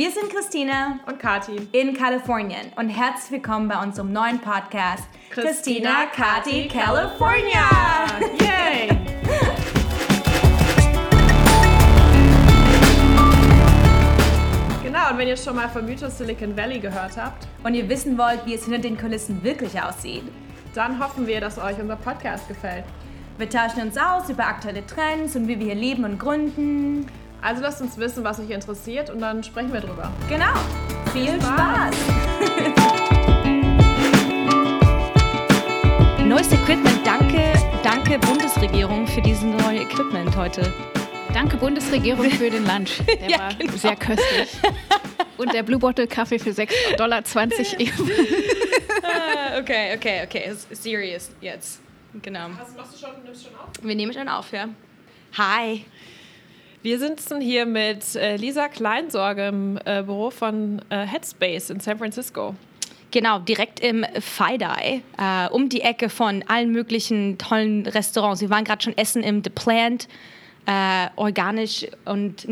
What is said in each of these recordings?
Wir sind Christina und Kathi in Kalifornien und herzlich willkommen bei unserem neuen Podcast Christina, Kathi, California! Yay! Genau, und wenn ihr schon mal vom Mythos Silicon Valley gehört habt und ihr wissen wollt, wie es hinter den Kulissen wirklich aussieht, dann hoffen wir, dass euch unser Podcast gefällt. Wir tauschen uns aus über aktuelle Trends und wie wir hier leben und gründen. Also lasst uns wissen, was euch interessiert und dann sprechen wir drüber. Genau. Viel Spaß. Neues Equipment. Danke Bundesregierung für dieses neue Equipment heute. Danke Bundesregierung für den Lunch. Der Ja, war genau. sehr köstlich. Und der Blue Bottle Kaffee für $6,20 eben. Okay. Serious jetzt. Genau. Nimmst du schon auf? Wir nehmen schon auf, ja. Hi. Wir sitzen hier mit Lisa Kleinsorge im Büro von Headspace in San Francisco. Genau, direkt im FiDi, um die Ecke von allen möglichen tollen Restaurants. Wir waren gerade schon essen im The Plant, organic und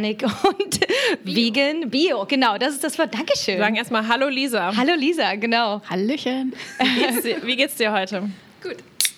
vegan, Bio, genau, das ist das Wort. Dankeschön. Wir sagen erstmal Hallo Lisa. Hallo Lisa, genau. Hallöchen. Wie geht's dir heute? Gut.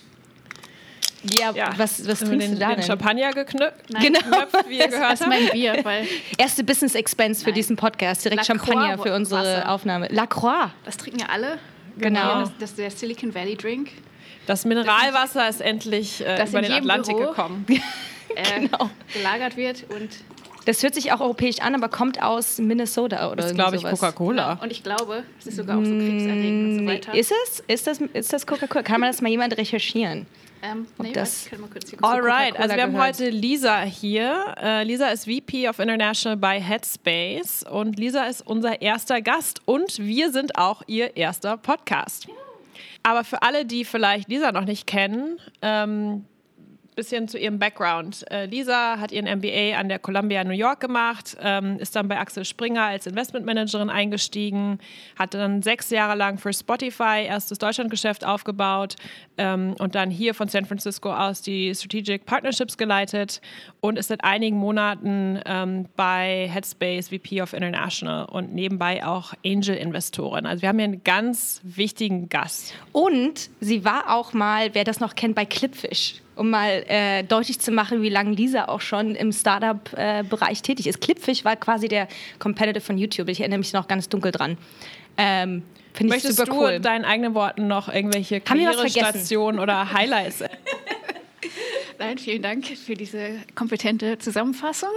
Ja, was trinkst du da den denn? Champagner geknüpft, Genau. wie ihr gehört Das ist habt. mein Bier, weil Erste Business Expense für diesen Podcast, direkt La Croix Champagner für unsere Wasser. Aufnahme. La Croix. das trinken ja alle. Genau. Das ist der Silicon Valley Drink. Das Mineralwasser ist endlich Das über in den jedem Atlantik Büro gekommen. Genau. Gelagert wird und Das hört sich auch europäisch an, aber kommt aus Minnesota oder Das ist, glaube ich, sowas. Coca-Cola. und ich glaube, es ist sogar auch so krebserregend und so weiter. Ist es? Ist das Coca-Cola? Kann man das mal jemand recherchieren? Ich kann mal kurz hier Alright, Coca-Cola also wir haben gehört. heute Lisa hier. Lisa ist VP of International bei Headspace und Lisa ist unser erster Gast und wir sind auch ihr erster Podcast. Aber für alle, die vielleicht Lisa noch nicht kennen, bisschen zu ihrem Background. Lisa hat ihren MBA an der Columbia New York gemacht, ist dann bei Axel Springer als Investmentmanagerin eingestiegen, hat dann 6 Jahre lang für Spotify erst das Deutschlandgeschäft aufgebaut und dann hier von San Francisco aus die Strategic Partnerships geleitet und ist seit einigen Monaten bei Headspace VP of International und nebenbei auch Angel-Investorin. Also wir haben hier einen ganz wichtigen Gast. Und sie war auch mal, wer das noch kennt, bei Clipfish, um mal deutlich zu machen, wie lange Lisa auch schon im Startup-Bereich tätig ist. Clipfish war quasi der Competitor von YouTube. Ich erinnere mich noch ganz dunkel dran. Finde ich Möchtest super du cool. in deinen eigenen Worten noch irgendwelche Haben wir was Karrierestationen oder Highlights? Nein, vielen Dank für diese kompetente Zusammenfassung.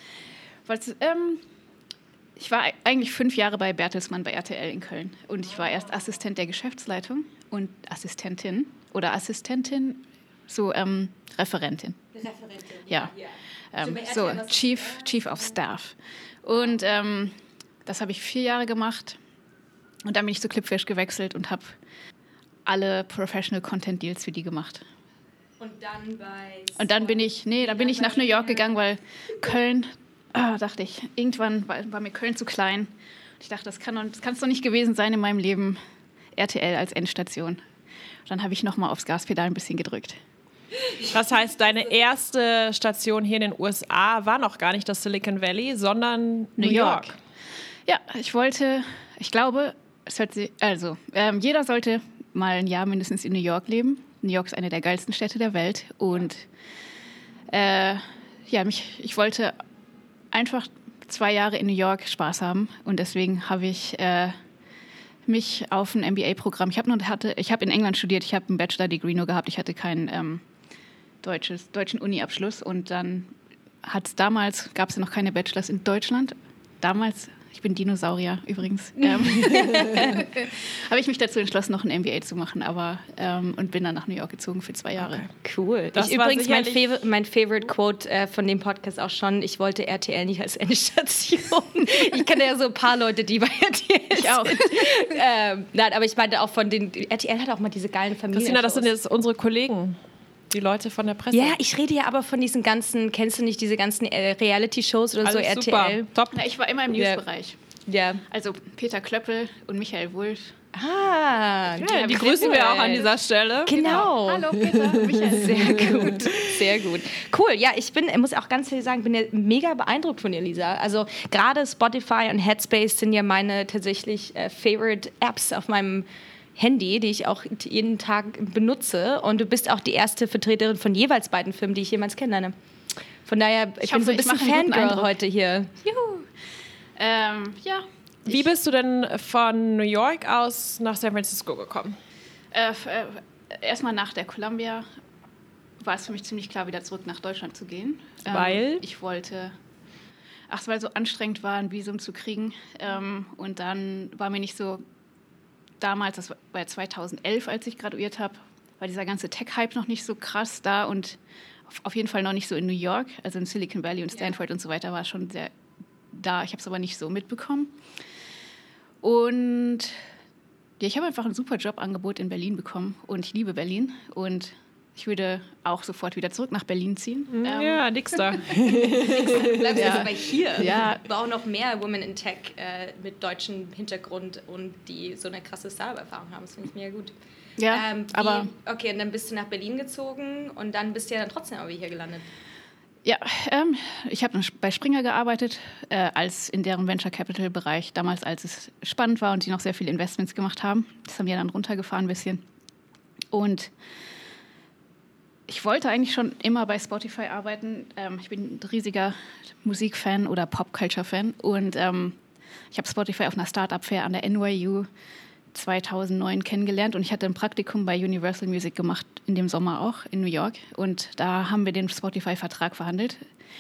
Ich war eigentlich 5 Jahre bei Bertelsmann bei RTL in Köln und ich war erst Assistent der Geschäftsleitung und Assistentin, so Referentin. Ja. So Chief of Staff. Und das habe ich 4 Jahre gemacht und dann bin ich zu Clipfish gewechselt und habe alle Professional Content Deals für die gemacht. Und dann bin ich nach New York gegangen, weil Köln, dachte ich, irgendwann war mir Köln zu klein. Ich dachte, das kann es doch nicht gewesen sein in meinem Leben, RTL als Endstation. Und dann habe ich nochmal aufs Gaspedal ein bisschen gedrückt. Das heißt, deine erste Station hier in den USA war noch gar nicht das Silicon Valley, sondern New York. Ja, ich glaube, jeder sollte mal ein Jahr mindestens in New York leben. New York ist eine der geilsten Städte der Welt und ich wollte einfach 2 Jahre in New York Spaß haben und deswegen habe ich mich auf ein MBA-Programm. Ich habe in England studiert, ich habe einen Bachelor-Degree nur gehabt, ich hatte keinen deutschen Uni-Abschluss und dann gab es ja noch keine Bachelors in Deutschland. Damals, ich bin Dinosaurier übrigens, habe ich mich dazu entschlossen, noch ein MBA zu machen, und bin dann nach New York gezogen für 2 Jahre. Okay. Cool. Das Ich war übrigens mein Favorite Quote von dem Podcast auch schon, ich wollte RTL nicht als Endstation. Ich kenne ja so ein paar Leute, die bei RTL Ich auch. sind. Nein, aber ich meinte auch von den, RTL hat auch mal diese geilen Familien. Christina, das sind jetzt unsere Kollegen, die Leute von der Presse. Ja, ich rede ja aber von diesen ganzen, kennst du nicht diese ganzen Reality-Shows oder Alles so, RTL? super, top. Ja, ich war immer im Ja. Newsbereich. Ja. Also Peter Klöppel und Michael Wulff, Ah, Ja, die grüßen wir auch an dieser Stelle. Genau. Hallo Peter, Michael. Sehr gut, sehr gut. Cool, ja, muss auch ganz ehrlich sagen, bin ja mega beeindruckt von dir, Lisa. Also gerade Spotify und Headspace sind ja meine tatsächlich Favorite Apps auf meinem Handy, die ich auch jeden Tag benutze. Und du bist auch die erste Vertreterin von jeweils beiden Firmen, die ich jemals kennenlerne. Von daher, ich bin so ein bisschen Fangirl heute hier. Juhu. Ja. Wie bist du denn von New York aus nach San Francisco gekommen? Erstmal nach der Columbia war es für mich ziemlich klar, wieder zurück nach Deutschland zu gehen. Weil? Ich wollte, weil es so anstrengend war, ein Visum zu kriegen. Und dann war mir nicht so, damals, das war 2011, als ich graduiert habe, war dieser ganze Tech-Hype noch nicht so krass da und auf jeden Fall noch nicht so in New York. Also in Silicon Valley und Stanford und so weiter war es schon sehr da. Ich habe es aber nicht so mitbekommen. Und ja, ich habe einfach ein super Jobangebot in Berlin bekommen und ich liebe Berlin und ich würde auch sofort wieder zurück nach Berlin ziehen. Ja, nix da. Bleibst du jetzt aber hier. Ja. Wir brauchen noch mehr Women in Tech mit deutschem Hintergrund und die so eine krasse Startup-Erfahrung haben. Das finde ich mega gut. Ja, aber... Okay, und dann bist du nach Berlin gezogen und dann bist du ja dann trotzdem aber hier gelandet. Ja, ich habe bei Springer gearbeitet, in deren Venture Capital Bereich, damals als es spannend war und die noch sehr viele Investments gemacht haben. Das haben wir dann runtergefahren ein bisschen. Und ich wollte eigentlich schon immer bei Spotify arbeiten. Ich bin ein riesiger Musikfan oder Pop-Culture-Fan und ich habe Spotify auf einer Startup-Fair an der NYU 2009 kennengelernt und ich hatte ein Praktikum bei Universal Music gemacht, in dem Sommer auch, in New York. Und da haben wir den Spotify-Vertrag verhandelt.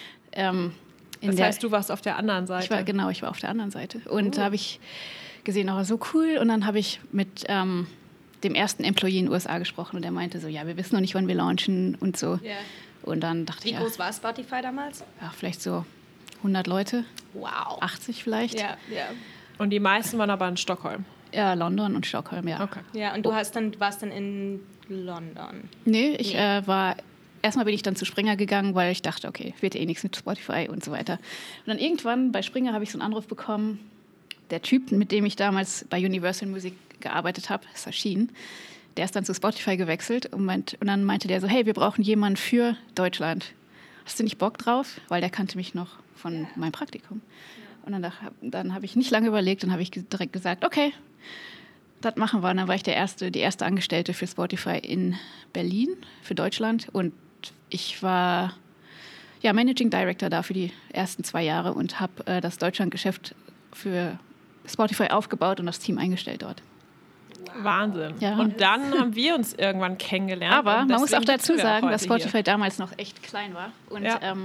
Das heißt, du warst auf der anderen Seite? Ich war auf der anderen Seite. Und da habe ich gesehen, oh, so cool. Und dann habe ich mit dem ersten Employee in den USA gesprochen und der meinte so, ja, wir wissen noch nicht, wann wir launchen und so. Yeah. Und dann dachte ich, wie groß war Spotify damals? Ja, vielleicht so 100 Leute. Wow. 80 vielleicht. Ja, ja. Und die meisten waren aber in Stockholm? Ja, London und Stockholm, ja. Okay. Ja, und du warst dann in London? Nee, erstmal bin ich dann zu Springer gegangen, weil ich dachte, okay, wird eh nichts mit Spotify und so weiter. Und dann irgendwann bei Springer habe ich so einen Anruf bekommen, der Typ, mit dem ich damals bei Universal Music gearbeitet habe, Sachin, der ist dann zu Spotify gewechselt und dann meinte der so, hey, wir brauchen jemanden für Deutschland. Hast du nicht Bock drauf? Weil der kannte mich noch von meinem Praktikum. Und dann habe ich nicht lange überlegt, dann habe ich direkt gesagt, okay, das machen wir. Und dann war ich die erste Angestellte für Spotify in Berlin, für Deutschland. Und ich war Managing Director da für die ersten 2 Jahre und habe das Deutschlandgeschäft für Spotify aufgebaut und das Team eingestellt dort. Wahnsinn. Ja. Und dann haben wir uns irgendwann kennengelernt. Aber man muss auch dazu sagen, dass Spotify hier damals noch echt klein war. Und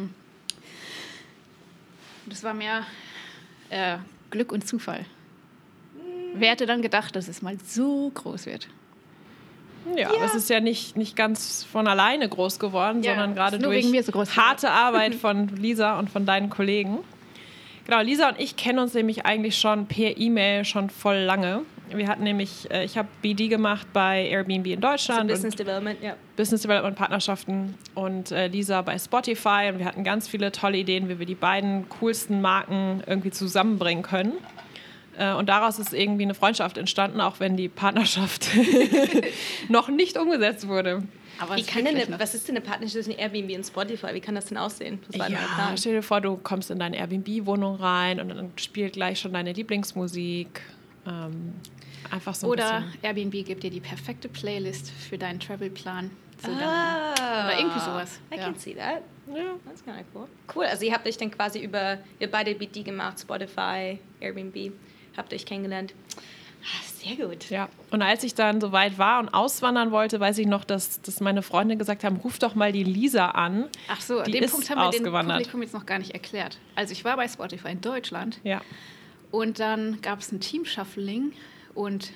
das war mehr Glück und Zufall. Wer hätte dann gedacht, dass es mal so groß wird? Ja, aber es ist ja nicht ganz von alleine groß geworden, sondern gerade nur durch wegen mir so groß harte Arbeit von Lisa und von deinen Kollegen. Genau, Lisa und ich kennen uns nämlich eigentlich schon per E-Mail schon voll lange. Wir hatten nämlich, ich habe BD gemacht bei Airbnb in Deutschland. Also Business Development, ja. Business Development Partnerschaften und Lisa bei Spotify. Und wir hatten ganz viele tolle Ideen, wie wir die beiden coolsten Marken irgendwie zusammenbringen können. Und daraus ist irgendwie eine Freundschaft entstanden, auch wenn die Partnerschaft noch nicht umgesetzt wurde. Aber was ist denn eine Partnerschaft zwischen Airbnb und Spotify? Wie kann das denn aussehen? Was war denn euer Plan? Stell dir vor, du kommst in deine Airbnb-Wohnung rein und dann spielt gleich schon deine Lieblingsmusik. Einfach so ein Oder bisschen. Airbnb gibt dir die perfekte Playlist für deinen Travelplan. Oder irgendwie sowas. I can see that. Ja. That's kind of cool. Cool, also ihr habt euch dann quasi ihr beide BD gemacht, Spotify, Airbnb, habt euch kennengelernt. Sehr gut. Ja, und als ich dann so weit war und auswandern wollte, weiß ich noch, dass meine Freunde gesagt haben, ruf doch mal die Lisa an. Ach so, die den ist Punkt haben wir dem ausgewandert. Publikum jetzt noch gar nicht erklärt. Also ich war bei Spotify in Deutschland Ja. und dann gab es ein Team-Shuffling und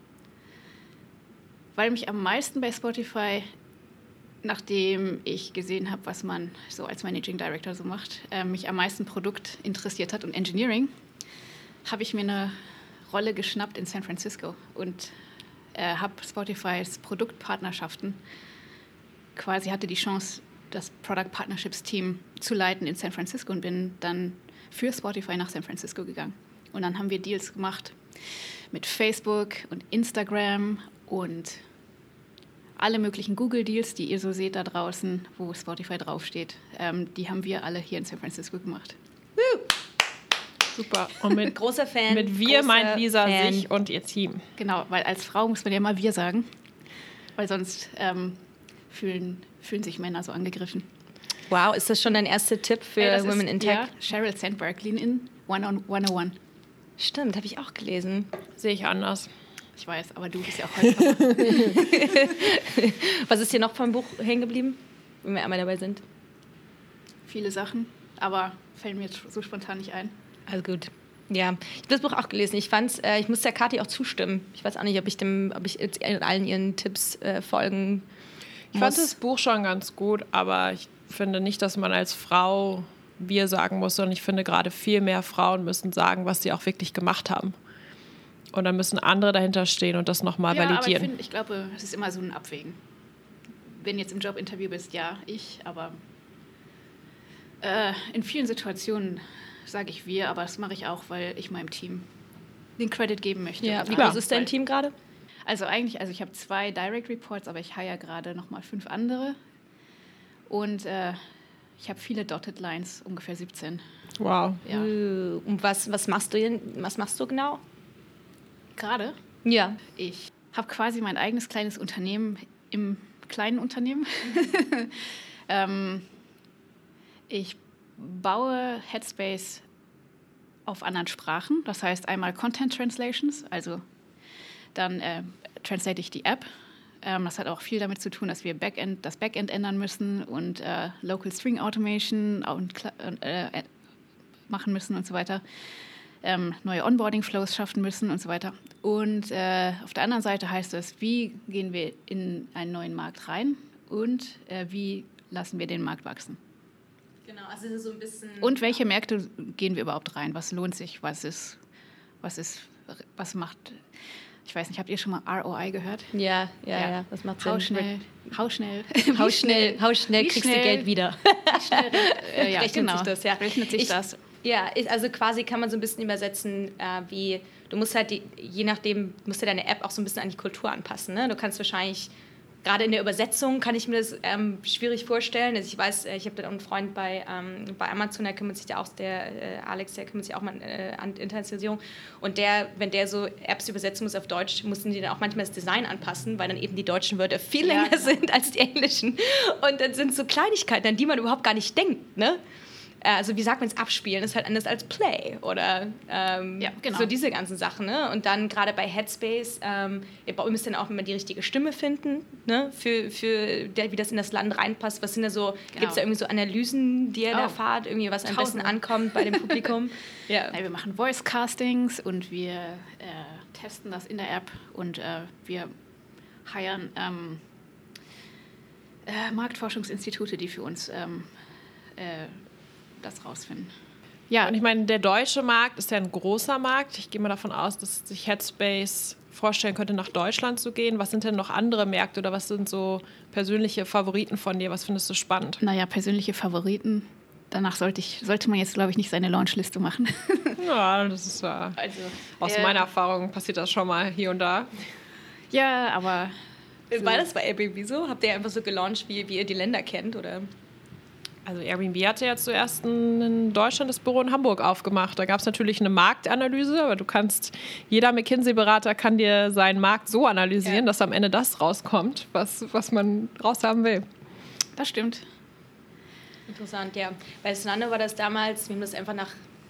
weil mich am meisten bei Spotify, nachdem ich gesehen habe, was man so als Managing Director so macht, mich am meisten Produkt interessiert hat und Engineering, habe ich mir eine Rolle geschnappt in San Francisco und habe Spotifys Produktpartnerschaften hatte die Chance, das Product Partnerships Team zu leiten in San Francisco und bin dann für Spotify nach San Francisco gegangen. Und dann haben wir Deals gemacht mit Facebook und Instagram und alle möglichen Google-Deals, die ihr so seht da draußen, wo Spotify draufsteht, die haben wir alle hier in San Francisco gemacht. Super. Und mit großer Fan. Mit wir meint Lisa sich und ihr Team. Genau, weil als Frau muss man ja mal wir sagen, weil sonst fühlen sich Männer so angegriffen. Wow, ist das schon dein erster Tipp für Women in Tech? Ja, Sheryl Sandberg, Lean In 101. Stimmt, habe ich auch gelesen. Sehe ich anders. Ich weiß, aber du bist ja auch heute. Was ist dir noch vom Buch hängen geblieben, wenn wir einmal dabei sind? Viele Sachen, aber fällt mir jetzt so spontan nicht ein. Also gut. Ja, ich habe das Buch auch gelesen. Ich muss der Kathi auch zustimmen. Ich weiß auch nicht, ob ich jetzt allen ihren Tipps folgen muss. Ich fand das Buch schon ganz gut, aber ich finde nicht, dass man als Frau wir sagen muss, sondern ich finde gerade viel mehr Frauen müssen sagen, was sie auch wirklich gemacht haben. Und dann müssen andere dahinter stehen und das nochmal validieren. Aber ich glaube, es ist immer so ein Abwägen. Wenn du jetzt im Jobinterview bist, ja, aber in vielen Situationen sage ich wir, aber das mache ich auch, weil ich meinem Team den Credit geben möchte. Ja, wie groß ist dein Team gerade? Also ich habe 2 Direct Reports, aber ich hire gerade nochmal 5 andere. Und ich habe viele Dotted Lines, ungefähr 17. Wow. Ja. Und was machst du genau? Gerade? Ja. Ich habe quasi mein eigenes kleines Unternehmen im kleinen Unternehmen. Ich baue Headspace auf anderen Sprachen. Das heißt einmal Content Translations, also dann translate ich die App. Das hat auch viel damit zu tun, dass wir das Backend ändern müssen und Local String Automation machen müssen und so weiter. Neue Onboarding-Flows schaffen müssen und so weiter. Und auf der anderen Seite heißt es, wie gehen wir in einen neuen Markt rein und wie lassen wir den Markt wachsen. Genau, also so ein bisschen... Und welche Märkte gehen wir überhaupt rein? Was lohnt sich? Was macht... Ich weiß nicht, habt ihr schon mal ROI gehört? Ja. Was macht Sinn? How schnell kriegst du Geld wieder? Rechnet sich das, ja. Rechnet sich das. Ja, also quasi kann man so ein bisschen übersetzen, wie du musst halt, je nachdem, musst du deine App auch so ein bisschen an die Kultur anpassen. Ne? Du kannst wahrscheinlich, gerade in der Übersetzung kann ich mir das schwierig vorstellen. Also ich weiß, ich habe da einen Freund bei Amazon, der kümmert sich da auch, der Alex, der kümmert sich auch mal an Internationalisierung. Und wenn der so Apps übersetzen muss auf Deutsch, mussten die dann auch manchmal das Design anpassen, weil dann eben die deutschen Wörter viel länger sind als die englischen. Und dann sind so Kleinigkeiten, an die man überhaupt gar nicht denkt, ne? Also wie sagt man es, abspielen, ist halt anders als Play oder so diese ganzen Sachen. Ne? Und dann gerade bei Headspace, ihr müsst dann auch immer die richtige Stimme finden, ne? Wie das in das Land reinpasst. Was sind da so, gibt es da irgendwie so Analysen, die ihr da fahrt, irgendwie was am besten ankommt bei dem Publikum? Ja. Wir machen Voice-Castings und wir testen das in der App und wir hiren Marktforschungsinstitute, die für uns das rausfinden. Ja, und ich meine, der deutsche Markt ist ja ein großer Markt. Ich gehe mal davon aus, dass sich Headspace vorstellen könnte, nach Deutschland zu gehen. Was sind denn noch andere Märkte oder was sind so persönliche Favoriten von dir? Was findest du spannend? Naja, persönliche Favoriten. Danach sollte man jetzt, glaube ich, nicht seine Launchliste machen. Ja, das ist aus meiner Erfahrung passiert das schon mal hier und da. Ja, aber... War das bei Airbnb so? Habt ihr einfach so gelauncht, wie ihr die Länder kennt, oder... Also Airbnb hatte ja zuerst in Deutschland das Büro in Hamburg aufgemacht. Da gab es natürlich eine Marktanalyse, aber jeder McKinsey-Berater kann dir seinen Markt so analysieren, dass am Ende das rauskommt, was man raushaben will. Das stimmt. Interessant, ja. Bei Zalando war das damals, wir haben das einfach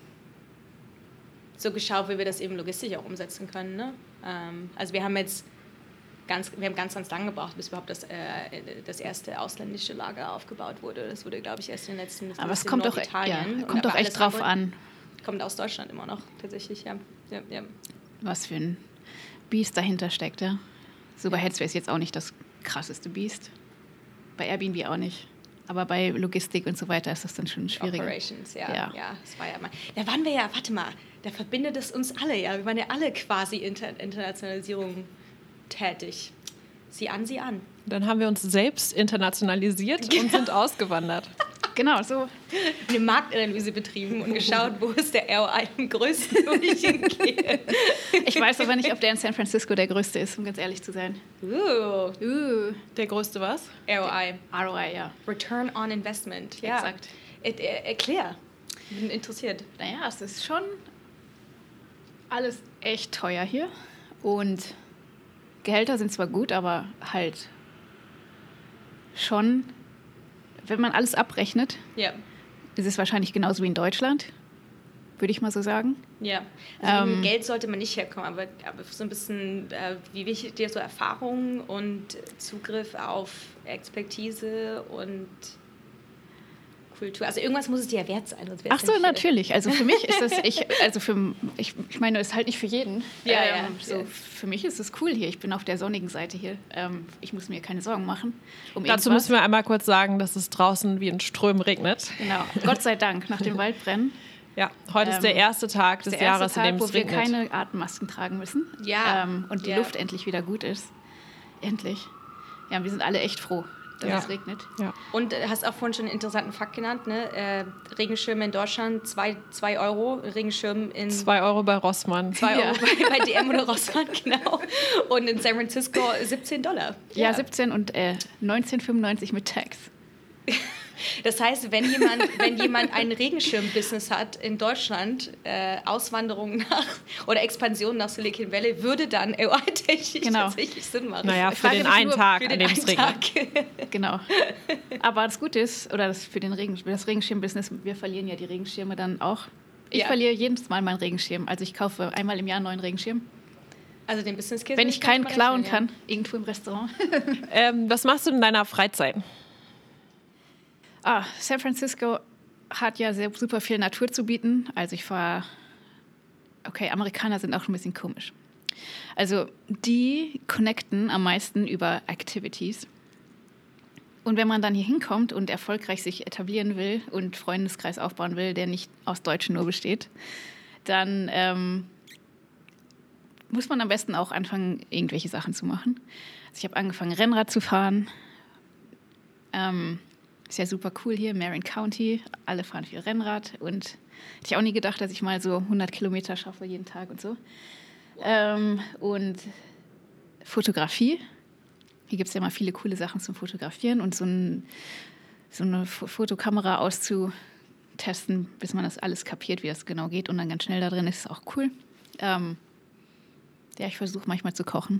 so geschaut, wie wir das eben logistisch auch umsetzen können. Ne? Also wir haben ganz lang gebraucht, bis überhaupt das erste ausländische Lager aufgebaut wurde. Das wurde, glaube ich, erst in den letzten Jahren. Aber es kommt doch echt drauf an. Kommt aus Deutschland immer noch, tatsächlich, ja. Was für ein Biest dahinter steckt, ja. So bei Headspace jetzt auch nicht das krasseste Biest. Bei Airbnb auch nicht. Aber bei Logistik und so weiter ist das dann schon schwieriger. Operations, ja. Das war ja mal. Da waren wir ja, warte mal, da verbindet es uns alle, ja. Wir waren ja alle quasi Internationalisierung tätig. Sieh an. Dann haben wir uns selbst internationalisiert und sind ausgewandert. Genau, so. Eine Marktanalyse betrieben und geschaut, wo ist der ROI am größten, wo ich hingehe. Ich weiß aber nicht, ob der in San Francisco der größte ist, um ganz ehrlich zu sein. Der größte was? ROI. ROI, ja. Return on Investment. Ja. Exakt. Erklär. Ich bin interessiert. Naja, es ist schon alles echt teuer hier. Und Gehälter sind zwar gut, aber halt schon, wenn man alles abrechnet, Ja. ist es wahrscheinlich genauso wie in Deutschland, würde ich mal so sagen. Ja. Also mit Geld sollte man nicht herkommen, aber so ein bisschen, wie wichtig dir so Erfahrung und Zugriff auf Expertise und Kultur. Also irgendwas muss es dir ja wert sein. Sonst wär's Ach so, nicht, natürlich. Also für mich ist das, ich meine, das ist halt nicht für jeden. Ja. Für mich ist es cool hier. Ich bin auf der sonnigen Seite hier. Ich muss mir keine Sorgen machen. Dazu müssen wir einmal kurz sagen, dass es draußen wie in Strömen regnet. Genau, Gott sei Dank, nach dem Waldbrennen. Ja, heute ist der erste Tag des Jahres, in dem es regnet. Wo wir keine Atemmasken tragen müssen. Ja. Und die Luft endlich wieder gut ist. Endlich. Ja, wir sind alle echt froh, dass es regnet. Ja. Und hast auch vorhin schon einen interessanten Fakt genannt, ne? Regenschirme in Deutschland 2 Euro, Regenschirm in 2 Euro bei Rossmann. 2 Euro bei DM oder Rossmann, genau. Und in San Francisco $17. Ja, 17 und 19,95 mit Tax. Das heißt, wenn jemand ein Regenschirm-Business hat in Deutschland, Auswanderung oder Expansion nach Silicon Valley, würde dann ROI-technisch tatsächlich Sinn machen. Naja, für den einen Tag, an dem es regnet. Genau. Aber das Gute ist, oder das für das Regenschirm-Business, wir verlieren ja die Regenschirme dann auch. Ich verliere jedes Mal meinen Regenschirm. Also ich kaufe einmal im Jahr einen neuen Regenschirm. Also den Business Case. Wenn ich keinen klauen kann, irgendwo im Restaurant. Was machst du in deiner Freizeit? San Francisco hat ja super viel Natur zu bieten. Also Amerikaner sind auch ein bisschen komisch. Also die connecten am meisten über Activities. Und wenn man dann hier hinkommt und erfolgreich sich etablieren will und Freundeskreis aufbauen will, der nicht aus Deutschen nur besteht, dann muss man am besten auch anfangen, irgendwelche Sachen zu machen. Also ich habe angefangen, Rennrad zu fahren. Ist ja super cool hier, Marin County. Alle fahren viel Rennrad. Und hätte ich auch nie gedacht, dass ich mal so 100 Kilometer schaffe jeden Tag und so. Und Fotografie. Hier gibt es ja mal viele coole Sachen zum Fotografieren. Und so eine Fotokamera auszutesten, bis man das alles kapiert, wie das genau geht. Und dann ganz schnell da drin ist auch cool. Ich versuche manchmal zu kochen.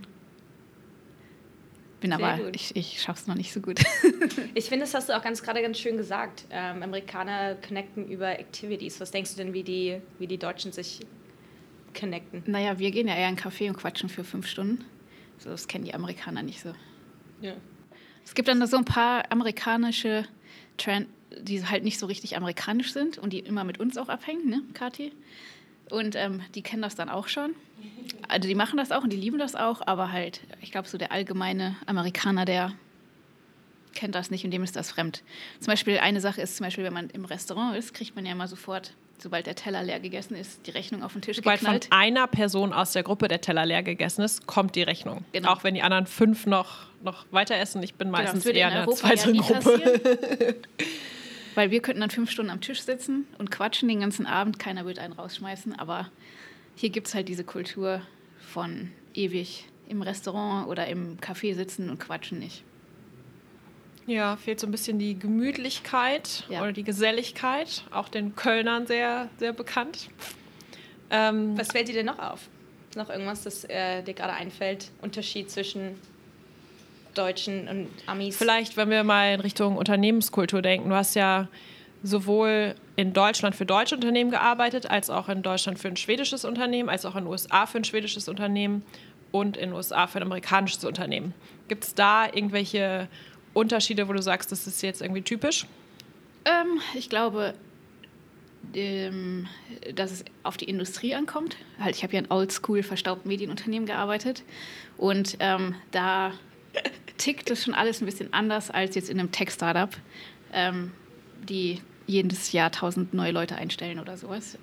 Ich schaffe es noch nicht so gut. Ich finde, das hast du auch gerade ganz schön gesagt. Amerikaner connecten über Activities. Was denkst du denn, wie die Deutschen sich connecten? Naja, wir gehen ja eher in einen Café und quatschen für 5 Stunden. So, das kennen die Amerikaner nicht so. Ja. Es gibt dann so ein paar amerikanische Trends, die halt nicht so richtig amerikanisch sind und die immer mit uns auch abhängen, ne, Kathi? Und die kennen das dann auch schon. Also die machen das auch und die lieben das auch, aber halt, ich glaube, so der allgemeine Amerikaner, der kennt das nicht und dem ist das fremd. Zum Beispiel eine Sache ist, wenn man im Restaurant ist, kriegt man ja immer sofort, sobald der Teller leer gegessen ist, die Rechnung auf den Tisch geknallt. Sobald von einer Person aus der Gruppe der Teller leer gegessen ist, kommt die Rechnung. Genau. Auch wenn die anderen 5 noch weiter essen. Ich bin meistens eher in der zweiten ja Gruppe. Weil wir könnten dann 5 Stunden am Tisch sitzen und quatschen den ganzen Abend. Keiner wird einen rausschmeißen. Aber hier gibt es halt diese Kultur von ewig im Restaurant oder im Café sitzen und quatschen nicht. Ja, fehlt so ein bisschen die Gemütlichkeit oder die Geselligkeit. Auch den Kölnern sehr, sehr bekannt. Was fällt dir denn noch auf? Noch irgendwas, das dir gerade einfällt? Unterschied zwischen Deutschen und Amis? Vielleicht, wenn wir mal in Richtung Unternehmenskultur denken. Du hast ja sowohl in Deutschland für deutsche Unternehmen gearbeitet, als auch in Deutschland für ein schwedisches Unternehmen, als auch in den USA für ein schwedisches Unternehmen und in den USA für ein amerikanisches Unternehmen. Gibt es da irgendwelche Unterschiede, wo du sagst, das ist jetzt irgendwie typisch? Ich glaube, dass es auf die Industrie ankommt. Halt, ich habe ja in oldschool verstaubten Medienunternehmen gearbeitet und da tickt es schon alles ein bisschen anders als jetzt in einem Tech-Startup, die jedes Jahr 1000 neue Leute einstellen oder sowas.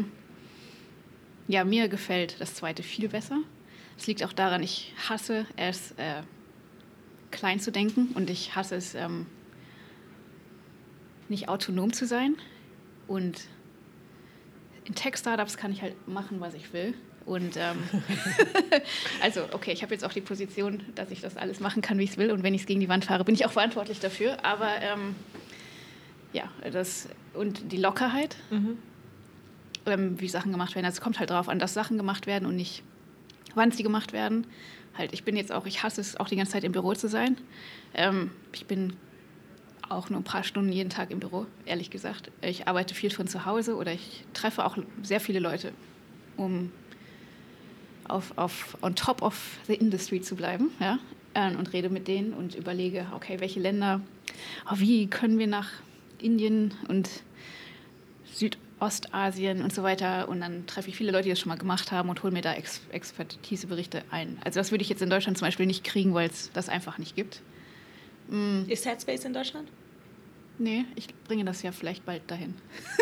Ja, mir gefällt das zweite viel besser. Es liegt auch daran, ich hasse es, klein zu denken und ich hasse es, nicht autonom zu sein. Und in Tech-Startups kann ich halt machen, was ich will. Und also, okay, ich habe jetzt auch die Position, dass ich das alles machen kann, wie ich es will. Und wenn ich es gegen die Wand fahre, bin ich auch verantwortlich dafür. Aber ja, das und die Lockerheit, wie Sachen gemacht werden. Also es kommt halt darauf an, dass Sachen gemacht werden und nicht, wann sie gemacht werden. Halt, ich hasse es auch die ganze Zeit im Büro zu sein. Ich bin auch nur ein paar Stunden jeden Tag im Büro, ehrlich gesagt. Ich arbeite viel von zu Hause oder ich treffe auch sehr viele Leute, um on top of the industry zu bleiben, ja, und rede mit denen und überlege, okay, welche Länder, wie können wir nach Indien und Südostasien und so weiter, und dann treffe ich viele Leute, die das schon mal gemacht haben und hole mir da Expertiseberichte ein. Also das würde ich jetzt in Deutschland zum Beispiel nicht kriegen, weil es das einfach nicht gibt. Ist Headspace in Deutschland? Nee, ich bringe das ja vielleicht bald dahin.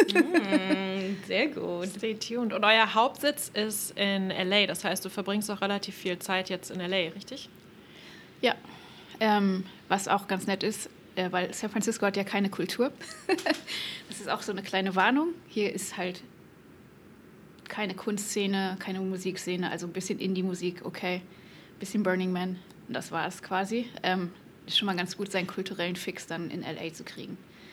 Sehr gut. Stay tuned. Und euer Hauptsitz ist in L.A., das heißt, du verbringst auch relativ viel Zeit jetzt in L.A., richtig? Ja, was auch ganz nett ist, weil San Francisco hat ja keine Kultur. Das ist auch so eine kleine Warnung. Hier ist halt keine Kunstszene, keine Musikszene, also ein bisschen Indie-Musik, okay, ein bisschen Burning Man, das war es quasi. Ist schon mal ganz gut, seinen kulturellen Fix dann in L.A. zu kriegen,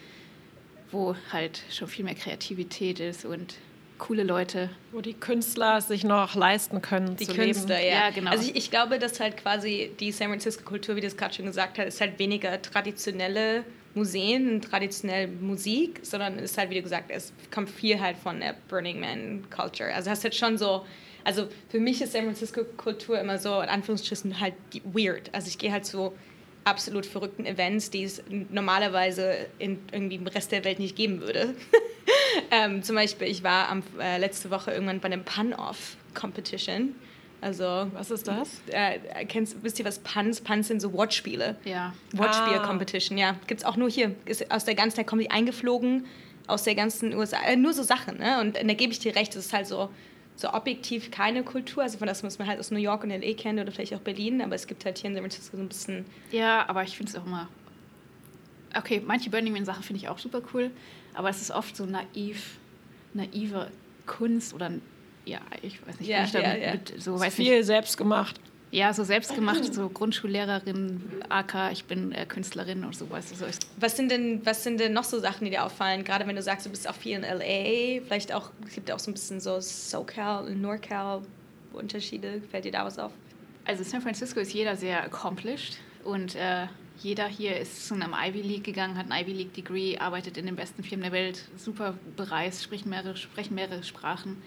wo halt schon viel mehr Kreativität ist und coole Leute. Wo die Künstler sich noch leisten können Die zu Künstler, leben. ja. Genau. Also ich glaube, dass halt quasi die San Francisco-Kultur, wie das gerade schon gesagt hat, ist halt weniger traditionelle Museen und traditionelle Musik, sondern ist halt, wie du gesagt hast, es kommt viel halt von der Burning Man-Culture. Also hast halt schon so, also für mich ist San Francisco-Kultur immer so, in Anführungsstrichen, halt weird. Also ich gehe halt zu absolut verrückten Events, die es normalerweise irgendwie im Rest der Welt nicht geben würde. Zum Beispiel, ich war letzte Woche irgendwann bei einem Pun-Off-Competition. Also, was ist das? Wisst ihr, was Puns? Puns sind so Wortspiele. Ja. Wortspiel-Competition, ja. Gibt es auch nur hier. Da kommen die eingeflogen aus der ganzen USA. Nur so Sachen, ne? Und da gebe ich dir recht, es ist halt so objektiv keine Kultur. Also von das muss man halt aus New York und L.A. kennen oder vielleicht auch Berlin. Aber es gibt halt hier in San Francisco so ein bisschen... Ja, aber ich finde es auch immer... Okay, manche Burning Man-Sachen finde ich auch super cool, aber es ist oft so naive Kunst oder... Ja, ich weiß nicht, so weiß viel nicht. Selbst gemacht. Ja, so selbstgemacht, so Grundschullehrerin, AK, ich bin Künstlerin und so, weißt du, so ist. Was sind denn noch so Sachen, die dir auffallen? Gerade wenn du sagst, du bist auch viel in L.A., vielleicht auch, es gibt auch so ein bisschen so SoCal und NorCal Unterschiede. Fällt dir da was auf? Also San Francisco ist jeder sehr accomplished und jeder hier ist zu einem Ivy League gegangen, hat ein Ivy League Degree, arbeitet in den besten Firmen der Welt, super bereist, sprechen mehrere Sprachen,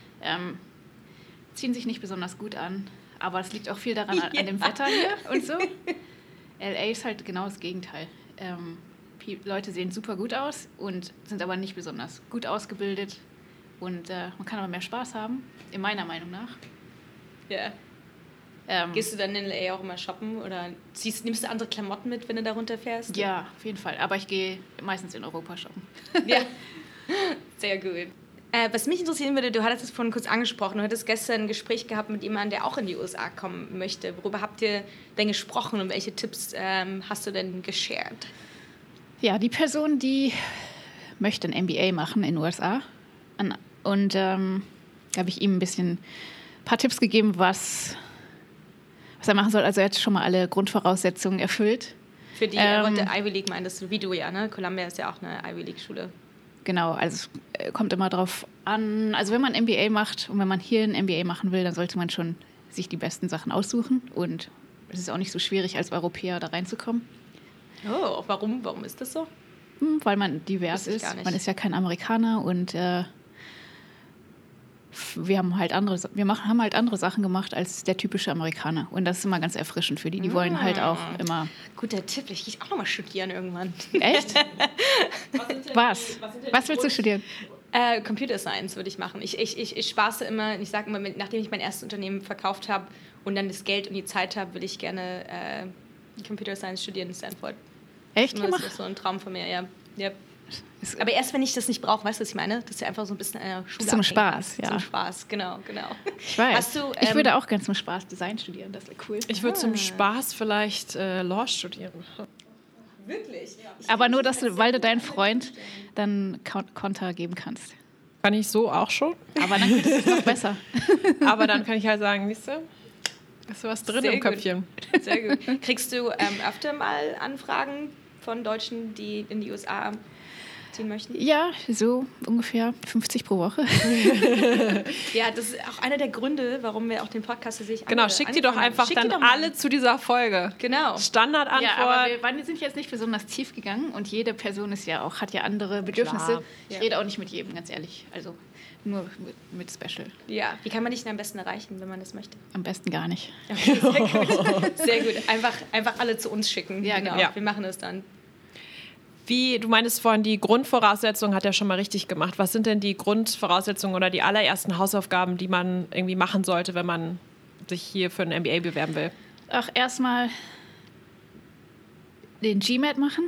ziehen sich nicht besonders gut an. Aber es liegt auch viel daran, an dem Wetter hier und so. L.A. ist halt genau das Gegenteil. Leute sehen super gut aus und sind aber nicht besonders gut ausgebildet. Und man kann aber mehr Spaß haben, in meiner Meinung nach. Ja. Gehst du dann in L.A. auch immer shoppen oder nimmst du andere Klamotten mit, wenn du da runterfährst? Ja, auf jeden Fall. Aber ich gehe meistens in Europa shoppen. Ja, sehr gut. Was mich interessieren würde, du hattest es vorhin kurz angesprochen, du hattest gestern ein Gespräch gehabt mit jemandem, der auch in die USA kommen möchte. Worüber habt ihr denn gesprochen und welche Tipps hast du denn geshared? Ja, die Person, die möchte ein MBA machen in den USA. Und da habe ich ihm ein paar Tipps gegeben, was er machen soll. Also er hat schon mal alle Grundvoraussetzungen erfüllt. Für die Ivy League meintest du, wie du ja, ne? Columbia ist ja auch eine Ivy League-Schule. Genau, also es kommt immer drauf an. Also wenn man ein MBA macht und wenn man hier ein MBA machen will, dann sollte man schon sich die besten Sachen aussuchen. Und es ist auch nicht so schwierig, als Europäer da reinzukommen. Oh, warum ist das so? Weil man divers ist. Man ist ja kein Amerikaner und wir haben halt andere Sachen gemacht als der typische Amerikaner. Und das ist immer ganz erfrischend für die. Die wollen halt auch immer... Guter Tipp, ich gehe auch nochmal studieren irgendwann. Echt? Was willst du studieren? Computer Science würde ich machen. Ich spaße immer, ich sage immer, nachdem ich mein erstes Unternehmen verkauft habe und dann das Geld und die Zeit habe, will ich gerne Computer Science studieren in Stanford. Echt? Das ist so ein Traum von mir, ja. Yep. Aber erst wenn ich das nicht brauche, weißt du, was ich meine? Das ist ja einfach so ein bisschen eine Schule. Zum Spaß, ja. Zum Spaß, genau. Ich weiß. Ich würde auch gerne zum Spaß Design studieren, das wäre cool. Ich würde zum Spaß vielleicht Law studieren. Wirklich? Ja. Aber nur, weil du deinen Freund dann Konter geben kannst. Kann ich so auch schon. Aber dann geht es noch besser. Aber dann kann ich halt sagen, siehst du, ist was drin im Köpfchen. Sehr gut. Kriegst du öfter mal Anfragen von Deutschen, die in die USA ziehen möchten? Ja, so ungefähr 50 pro Woche. Ja, das ist auch einer der Gründe, warum wir auch den Podcast für sich Genau, schick die doch einfach dann alle zu dieser Folge. Genau. Ja, Standardantwort. aber wir sind jetzt nicht besonders tief gegangen und jede Person hat ja andere Bedürfnisse. Klar. Ich rede auch nicht mit jedem, ganz ehrlich. Also nur mit Special. Ja, wie kann man dich denn am besten erreichen, wenn man das möchte? Am besten gar nicht. Okay, sehr gut. Sehr gut. Einfach alle zu uns schicken. Ja, genau. Ja. Wir machen das dann. Wie, du meintest vorhin, die Grundvoraussetzungen hat er schon mal richtig gemacht. Was sind denn die Grundvoraussetzungen oder die allerersten Hausaufgaben, die man irgendwie machen sollte, wenn man sich hier für ein MBA bewerben will? Ach, erstmal den GMAT machen.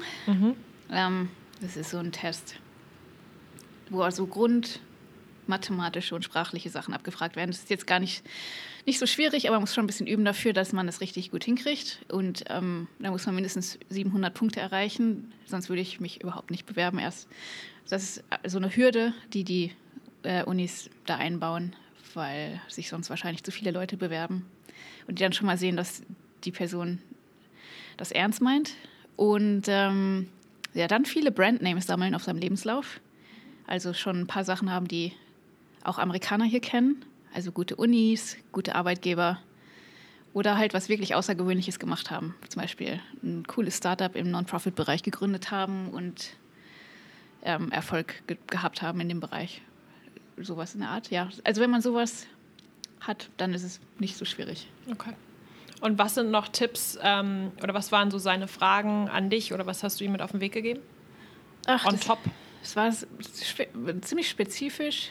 Das ist so ein Test, wo also mathematische und sprachliche Sachen abgefragt werden. Das ist jetzt gar nicht so schwierig, aber man muss schon ein bisschen üben dafür, dass man das richtig gut hinkriegt. Und da muss man mindestens 700 Punkte erreichen, sonst würde ich mich überhaupt nicht bewerben erst. Das ist so eine Hürde, die Unis da einbauen, weil sich sonst wahrscheinlich zu viele Leute bewerben. Und die dann schon mal sehen, dass die Person das ernst meint. Und dann viele Brandnames sammeln auf seinem Lebenslauf. Also schon ein paar Sachen haben, die auch Amerikaner hier kennen. Also gute Unis, gute Arbeitgeber oder halt was wirklich Außergewöhnliches gemacht haben. Zum Beispiel ein cooles Startup im Non-Profit-Bereich gegründet haben und Erfolg gehabt haben in dem Bereich. Sowas in der Art, ja. Also wenn man sowas hat, dann ist es nicht so schwierig. Okay. Und was sind noch Tipps oder was waren so seine Fragen an dich oder was hast du ihm mit auf den Weg gegeben? Ach, On top. Das war ziemlich spezifisch.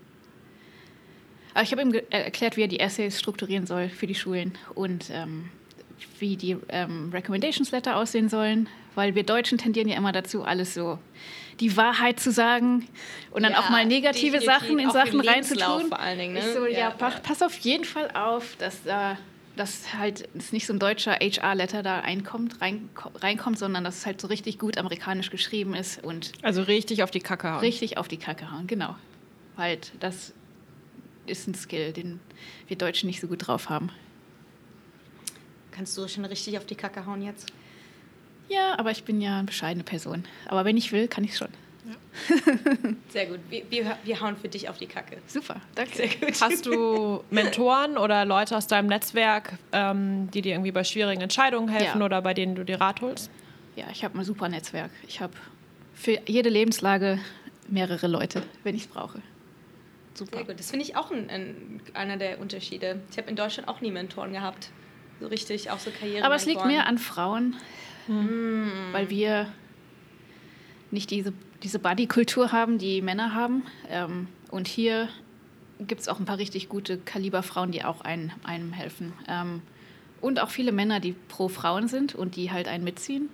Aber ich habe ihm erklärt, wie er die Essays strukturieren soll für die Schulen und wie die Recommendations Letter aussehen sollen, weil wir Deutschen tendieren ja immer dazu, alles so die Wahrheit zu sagen und dann auch mal negative Sachen in Sachen reinzutun. Vor allen Dingen, ne? Ich so, pass auf jeden Fall auf, dass halt es nicht so ein deutscher HR-Letter da reinkommt, sondern dass es halt so richtig gut amerikanisch geschrieben ist und also richtig auf die Kacke hauen. Richtig auf die Kacke hauen, genau. Halt, das ist ein Skill, den wir Deutschen nicht so gut drauf haben. Kannst du schon richtig auf die Kacke hauen jetzt? Ja, aber ich bin ja eine bescheidene Person. Aber wenn ich will, kann ich schon. Ja. Sehr gut. Wir hauen für dich auf die Kacke. Super, danke. Sehr gut. Hast du Mentoren oder Leute aus deinem Netzwerk, die dir irgendwie bei schwierigen Entscheidungen helfen oder bei denen du dir Rat holst? Ja, ich habe ein super Netzwerk. Ich habe für jede Lebenslage mehrere Leute, wenn ich es brauche. Super. Sehr gut. Das finde ich auch einer der Unterschiede. Ich habe in Deutschland auch nie Mentoren gehabt. So richtig, auch so Karriere. Aber es liegt mehr an Frauen, weil wir nicht diese Buddy-Kultur haben, die Männer haben. Und hier gibt es auch ein paar richtig gute Kaliberfrauen, die auch einem helfen. Und auch viele Männer, die pro Frauen sind und die halt einen mitziehen.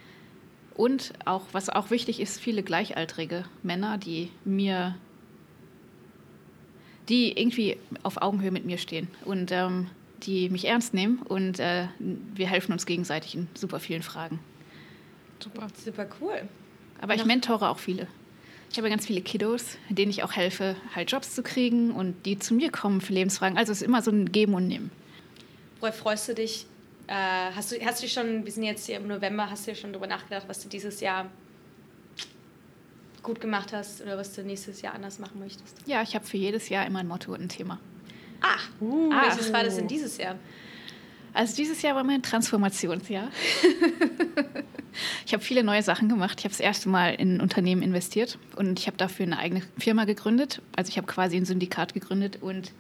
Und auch, was auch wichtig ist, viele gleichaltrige Männer, die irgendwie auf Augenhöhe mit mir stehen und die mich ernst nehmen und wir helfen uns gegenseitig in super vielen Fragen. Super cool. Aber ich mentore auch viele. Ich habe ganz viele Kiddos, denen ich auch helfe, halt Jobs zu kriegen und die zu mir kommen für Lebensfragen. Also es ist immer so ein Geben und Nehmen. Worauf freust du dich? Hast du schon, wir sind jetzt hier im November, hast du schon darüber nachgedacht, was du dieses Jahr gut gemacht hast oder was du nächstes Jahr anders machen möchtest? Ja, ich habe für jedes Jahr immer ein Motto und ein Thema. Welches war das denn dieses Jahr? Also dieses Jahr war mein Transformationsjahr. Ich habe viele neue Sachen gemacht. Ich habe das erste Mal in ein Unternehmen investiert und ich habe dafür eine eigene Firma gegründet. Also ich habe quasi ein Syndikat gegründet und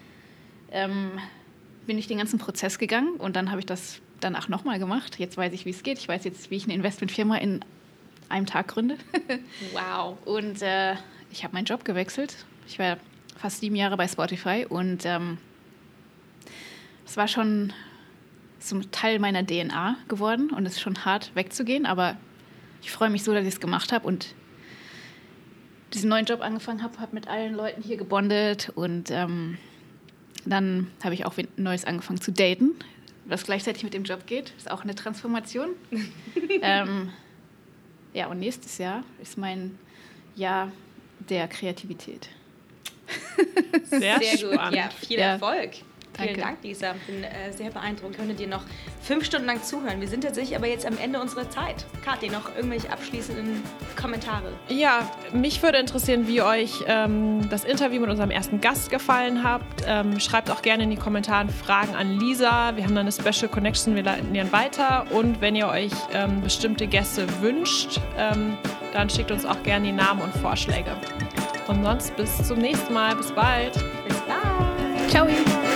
bin ich den ganzen Prozess gegangen und dann habe ich das danach nochmal gemacht. Jetzt weiß ich, wie es geht. Ich weiß jetzt, wie ich eine Investmentfirma in einem Tag gründe. Wow. Und ich habe meinen Job gewechselt. Ich war fast 7 Jahre bei Spotify und es war schon zum Teil meiner DNA geworden und es ist schon hart wegzugehen, aber ich freue mich so, dass ich es gemacht habe und diesen neuen Job angefangen habe mit allen Leuten hier gebondet und dann habe ich auch Neues angefangen zu daten, was gleichzeitig mit dem Job geht. Ist auch eine Transformation. Ja, und nächstes Jahr ist mein Jahr der Kreativität. Sehr gut. spannend. Ja, viel Erfolg. Danke. Vielen Dank, Lisa. Bin sehr beeindruckt. Könnte dir noch 5 Stunden lang zuhören. Wir sind tatsächlich aber jetzt am Ende unserer Zeit. Kathi, noch irgendwelche abschließenden Kommentare? Ja, mich würde interessieren, wie euch das Interview mit unserem ersten Gast gefallen hat. Schreibt auch gerne in die Kommentare Fragen an Lisa. Wir haben da eine Special Connection, wir leiten die weiter. Und wenn ihr euch bestimmte Gäste wünscht, dann schickt uns auch gerne die Namen und Vorschläge. Und sonst bis zum nächsten Mal. Bis bald. Bis bald. Ciao.